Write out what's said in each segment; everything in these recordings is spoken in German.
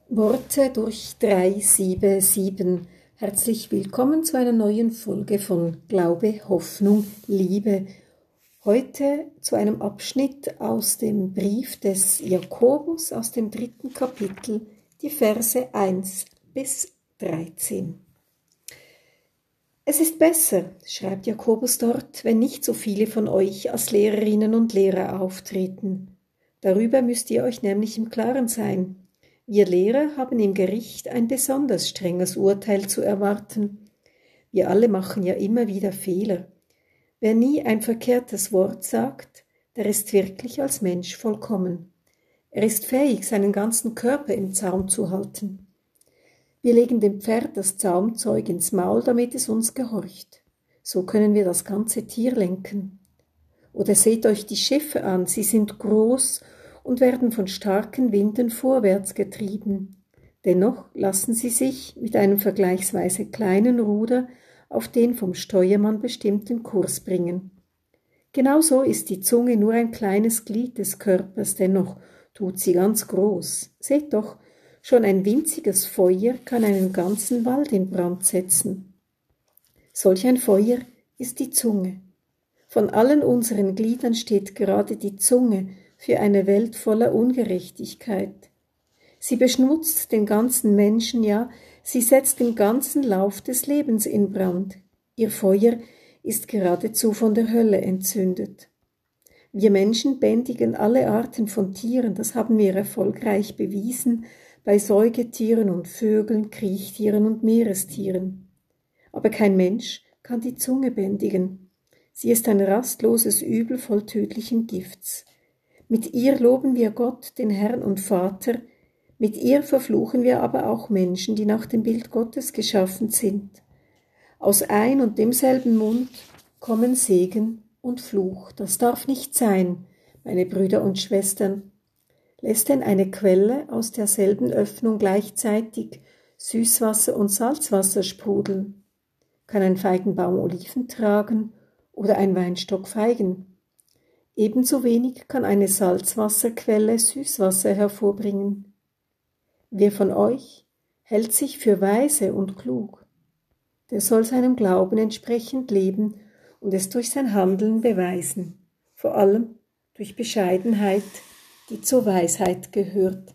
Worte durch 377. Herzlich willkommen zu einer neuen Folge von Glaube, Hoffnung, Liebe. Heute zu einem Abschnitt aus dem Brief des Jakobus aus dem 3. Kapitel, die Verse 1 bis 13. Es ist besser, schreibt Jakobus dort, wenn nicht so viele von euch als Lehrerinnen und Lehrer auftreten. Darüber müsst ihr euch nämlich im Klaren sein. Wir Lehrer haben im Gericht ein besonders strenges Urteil zu erwarten. Wir alle machen ja immer wieder Fehler. Wer nie ein verkehrtes Wort sagt, der ist wirklich als Mensch vollkommen. Er ist fähig, seinen ganzen Körper im Zaum zu halten. Wir legen dem Pferd das Zaumzeug ins Maul, damit es uns gehorcht. So können wir das ganze Tier lenken. Oder seht euch die Schiffe an, sie sind groß und werden von starken Winden vorwärts getrieben. Dennoch lassen sie sich mit einem vergleichsweise kleinen Ruder auf den vom Steuermann bestimmten Kurs bringen. Genauso ist die Zunge nur ein kleines Glied des Körpers, dennoch tut sie ganz groß. Seht doch, schon ein winziges Feuer kann einen ganzen Wald in Brand setzen. Solch ein Feuer ist die Zunge. Von allen unseren Gliedern steht gerade die Zunge für eine Welt voller Ungerechtigkeit. Sie beschmutzt den ganzen Menschen, ja, sie setzt den ganzen Lauf des Lebens in Brand. Ihr Feuer ist geradezu von der Hölle entzündet. Wir Menschen bändigen alle Arten von Tieren, das haben wir erfolgreich bewiesen, bei Säugetieren und Vögeln, Kriechtieren und Meerestieren. Aber kein Mensch kann die Zunge bändigen. Sie ist ein rastloses Übel voll tödlichen Gifts. Mit ihr loben wir Gott, den Herrn und Vater, mit ihr verfluchen wir aber auch Menschen, die nach dem Bild Gottes geschaffen sind. Aus ein und demselben Mund kommen Segen und Fluch. Das darf nicht sein, meine Brüder und Schwestern. Lässt denn eine Quelle aus derselben Öffnung gleichzeitig Süßwasser und Salzwasser sprudeln? Kann ein Feigenbaum Oliven tragen oder ein Weinstock Feigen? Ebenso wenig kann eine Salzwasserquelle Süßwasser hervorbringen. Wer von euch hält sich für weise und klug? Der soll seinem Glauben entsprechend leben und es durch sein Handeln beweisen, vor allem durch Bescheidenheit, die zur Weisheit gehört.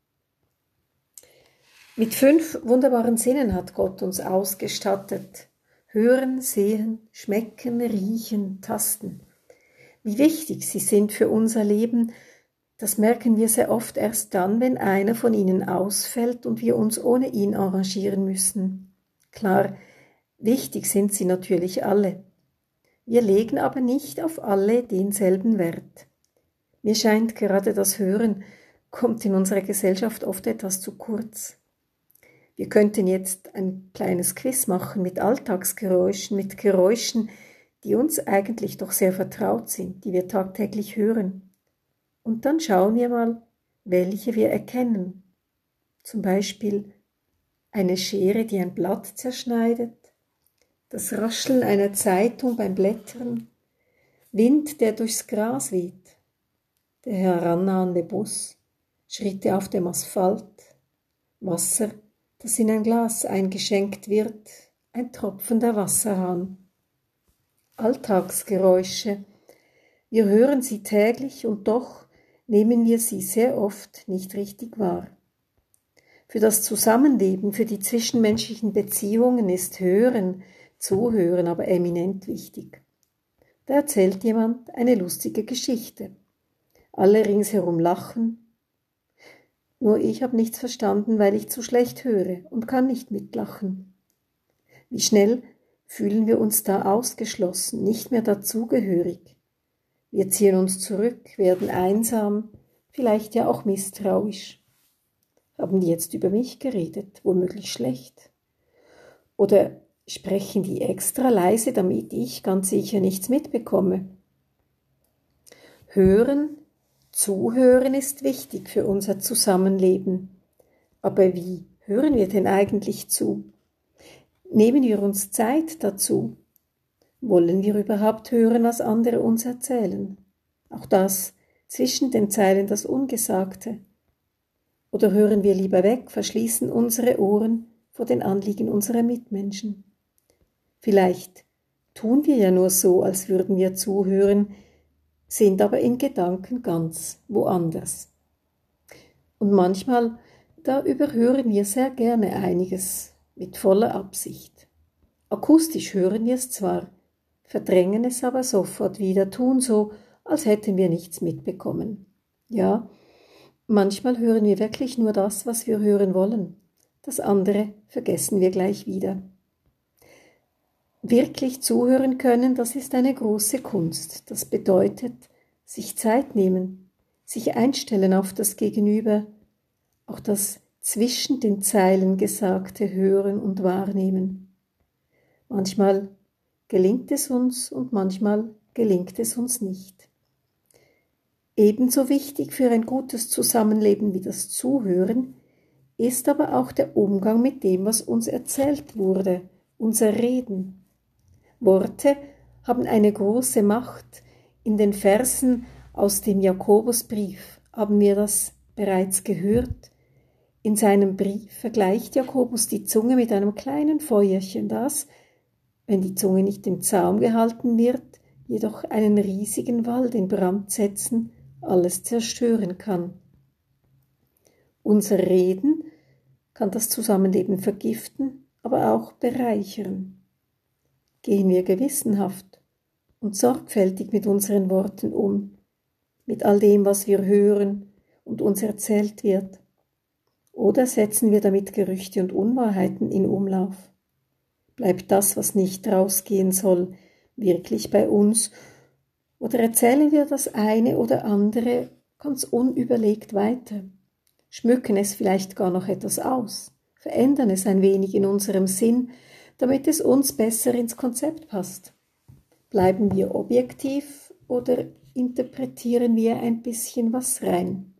Mit 5 wunderbaren Sinnen hat Gott uns ausgestattet. Hören, sehen, schmecken, riechen, tasten. Wie wichtig sie sind für unser Leben, das merken wir sehr oft erst dann, wenn einer von ihnen ausfällt und wir uns ohne ihn arrangieren müssen. Klar, wichtig sind sie natürlich alle. Wir legen aber nicht auf alle denselben Wert. Mir scheint, gerade das Hören kommt in unserer Gesellschaft oft etwas zu kurz. Wir könnten jetzt ein kleines Quiz machen mit Alltagsgeräuschen, mit Geräuschen, die uns eigentlich doch sehr vertraut sind, die wir tagtäglich hören. Und dann schauen wir mal, welche wir erkennen. Zum Beispiel eine Schere, die ein Blatt zerschneidet, das Rascheln einer Zeitung beim Blättern, Wind, der durchs Gras weht, der herannahende Bus, Schritte auf dem Asphalt, Wasser, das in ein Glas eingeschenkt wird, ein tropfender Wasserhahn. Alltagsgeräusche. Wir hören sie täglich und doch nehmen wir sie sehr oft nicht richtig wahr. Für das Zusammenleben, für die zwischenmenschlichen Beziehungen ist Hören, Zuhören aber eminent wichtig. Da erzählt jemand eine lustige Geschichte. Alle ringsherum lachen. Nur ich habe nichts verstanden, weil ich zu schlecht höre und kann nicht mitlachen. Wie schnell fühlen wir uns da ausgeschlossen, nicht mehr dazugehörig. Wir ziehen uns zurück, werden einsam, vielleicht ja auch misstrauisch. Haben die jetzt über mich geredet, womöglich schlecht? Oder sprechen die extra leise, damit ich ganz sicher nichts mitbekomme? Hören, Zuhören ist wichtig für unser Zusammenleben. Aber wie hören wir denn eigentlich zu? Nehmen wir uns Zeit dazu? Wollen wir überhaupt hören, was andere uns erzählen? Auch das, zwischen den Zeilen das Ungesagte. Oder hören wir lieber weg, verschließen unsere Ohren vor den Anliegen unserer Mitmenschen? Vielleicht tun wir ja nur so, als würden wir zuhören, sind aber in Gedanken ganz woanders. Und manchmal, da überhören wir sehr gerne einiges mit voller Absicht. Akustisch hören wir es zwar, verdrängen es aber sofort wieder, tun so, als hätten wir nichts mitbekommen. Ja, manchmal hören wir wirklich nur das, was wir hören wollen. Das andere vergessen wir gleich wieder. Wirklich zuhören können, das ist eine große Kunst. Das bedeutet, sich Zeit nehmen, sich einstellen auf das Gegenüber, auch das zwischen den Zeilen Gesagte hören und wahrnehmen. Manchmal gelingt es uns und manchmal gelingt es uns nicht. Ebenso wichtig für ein gutes Zusammenleben wie das Zuhören ist aber auch der Umgang mit dem, was uns erzählt wurde, unser Reden. Worte haben eine große Macht. In den Versen aus dem Jakobusbrief haben wir das bereits gehört. In seinem Brief vergleicht Jakobus die Zunge mit einem kleinen Feuerchen, das, wenn die Zunge nicht im Zaum gehalten wird, jedoch einen riesigen Wald in Brand setzen, alles zerstören kann. Unser Reden kann das Zusammenleben vergiften, aber auch bereichern. Gehen wir gewissenhaft und sorgfältig mit unseren Worten um, mit all dem, was wir hören und uns erzählt wird? Oder setzen wir damit Gerüchte und Unwahrheiten in Umlauf? Bleibt das, was nicht rausgehen soll, wirklich bei uns? Oder erzählen wir das eine oder andere ganz unüberlegt weiter? Schmücken es vielleicht gar noch etwas aus, verändern es ein wenig in unserem Sinn, damit es uns besser ins Konzept passt? Bleiben wir objektiv oder interpretieren wir ein bisschen was rein?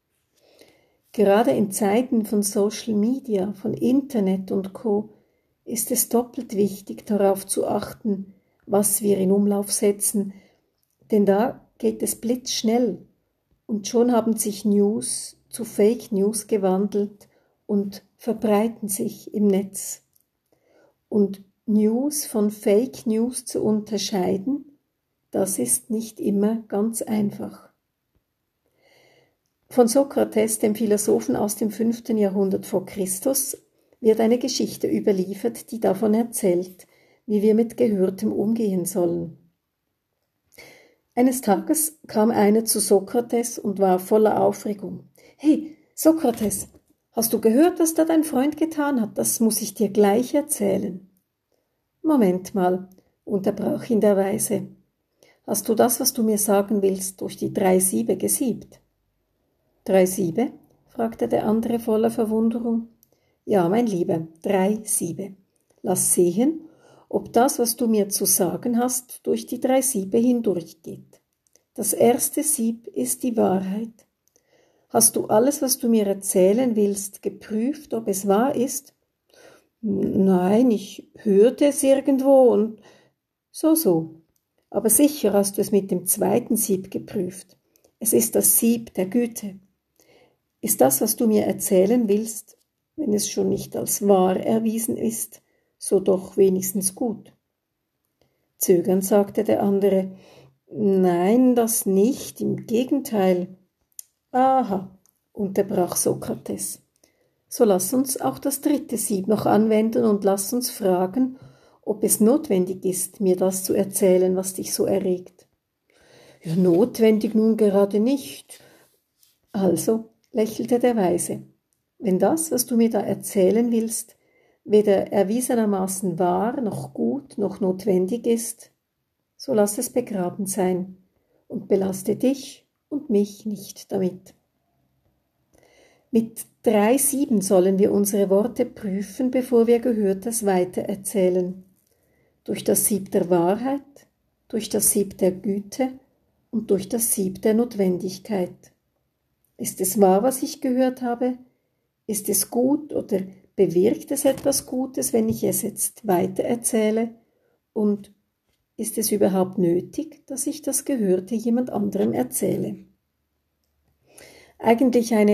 Gerade in Zeiten von Social Media, von Internet und Co. ist es doppelt wichtig, darauf zu achten, was wir in Umlauf setzen, denn da geht es blitzschnell und schon haben sich News zu Fake News gewandelt und verbreiten sich im Netz. Und News von Fake News zu unterscheiden, das ist nicht immer ganz einfach. Von Sokrates, dem Philosophen aus dem 5. Jahrhundert vor Christus, wird eine Geschichte überliefert, die davon erzählt, wie wir mit Gehörtem umgehen sollen. Eines Tages kam einer zu Sokrates und war voller Aufregung. »Hey, Sokrates, hast du gehört, was da dein Freund getan hat? Das muss ich dir gleich erzählen.« »Moment mal«, unterbrach ihn der Weise. »Hast du das, was du mir sagen willst, durch die 3 Siebe gesiebt?« »3 Siebe?« fragte der andere voller Verwunderung. »Ja, mein Lieber, 3 Siebe. Lass sehen, ob das, was du mir zu sagen hast, durch die 3 Siebe hindurchgeht. Das erste Sieb ist die Wahrheit. Hast du alles, was du mir erzählen willst, geprüft, ob es wahr ist?« »Nein, ich hörte es irgendwo und so. Aber sicher hast du es mit dem 2. Sieb geprüft. Es ist das Sieb der Güte. Ist das, was du mir erzählen willst, wenn es schon nicht als wahr erwiesen ist, so doch wenigstens gut?« Zögernd sagte der andere, »Nein, das nicht, im Gegenteil.« »Aha«, unterbrach Sokrates, »so lass uns auch das 3. Sieb noch anwenden und lass uns fragen, ob es notwendig ist, mir das zu erzählen, was dich so erregt.« »Ja, notwendig nun gerade nicht.« »Also«, lächelte der Weise, »wenn das, was du mir da erzählen willst, weder erwiesenermaßen wahr, noch gut, noch notwendig ist, so lass es begraben sein und belaste dich und mich nicht damit.« Mit 3 Sieben sollen wir unsere Worte prüfen, bevor wir Gehörtes weitererzählen. Durch das Sieb der Wahrheit, durch das Sieb der Güte und durch das Sieb der Notwendigkeit. Ist es wahr, was ich gehört habe? Ist es gut oder bewirkt es etwas Gutes, wenn ich es jetzt weitererzähle? Und ist es überhaupt nötig, dass ich das Gehörte jemand anderem erzähle? Eigentlich eine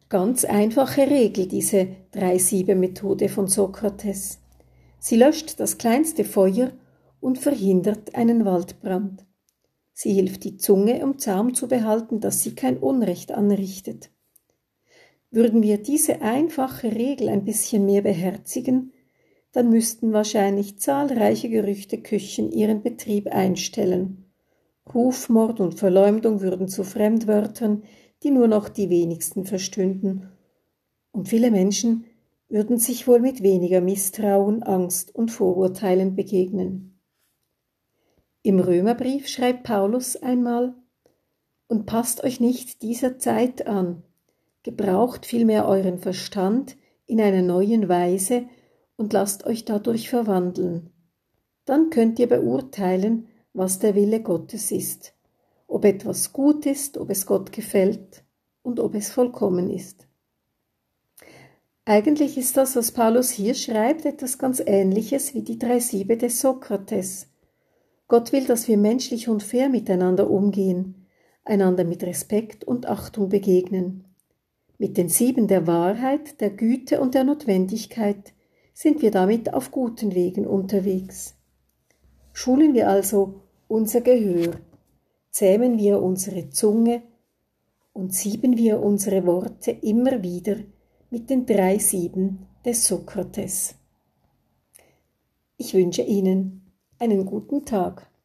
ganz einfache Regel, diese 3-7-Methode von Sokrates. Sie löscht das kleinste Feuer und verhindert einen Waldbrand. Sie hilft die Zunge, um zahm zu behalten, dass sie kein Unrecht anrichtet. Würden wir diese einfache Regel ein bisschen mehr beherzigen, dann müssten wahrscheinlich zahlreiche Gerüchteküchen ihren Betrieb einstellen. Rufmord und Verleumdung würden zu Fremdwörtern, die nur noch die wenigsten verstünden. Und viele Menschen würden sich wohl mit weniger Misstrauen, Angst und Vorurteilen begegnen. Im Römerbrief schreibt Paulus einmal: Und passt euch nicht dieser Zeit an, gebraucht vielmehr euren Verstand in einer neuen Weise und lasst euch dadurch verwandeln. Dann könnt ihr beurteilen, was der Wille Gottes ist, ob etwas gut ist, ob es Gott gefällt und ob es vollkommen ist. Eigentlich ist das, was Paulus hier schreibt, etwas ganz Ähnliches wie die 3 Siebe des Sokrates. Gott will, dass wir menschlich und fair miteinander umgehen, einander mit Respekt und Achtung begegnen. Mit den 7 der Wahrheit, der Güte und der Notwendigkeit sind wir damit auf guten Wegen unterwegs. Schulen wir also unser Gehör, zähmen wir unsere Zunge und sieben wir unsere Worte immer wieder mit den 3 Sieben des Sokrates. Ich wünsche Ihnen einen guten Tag.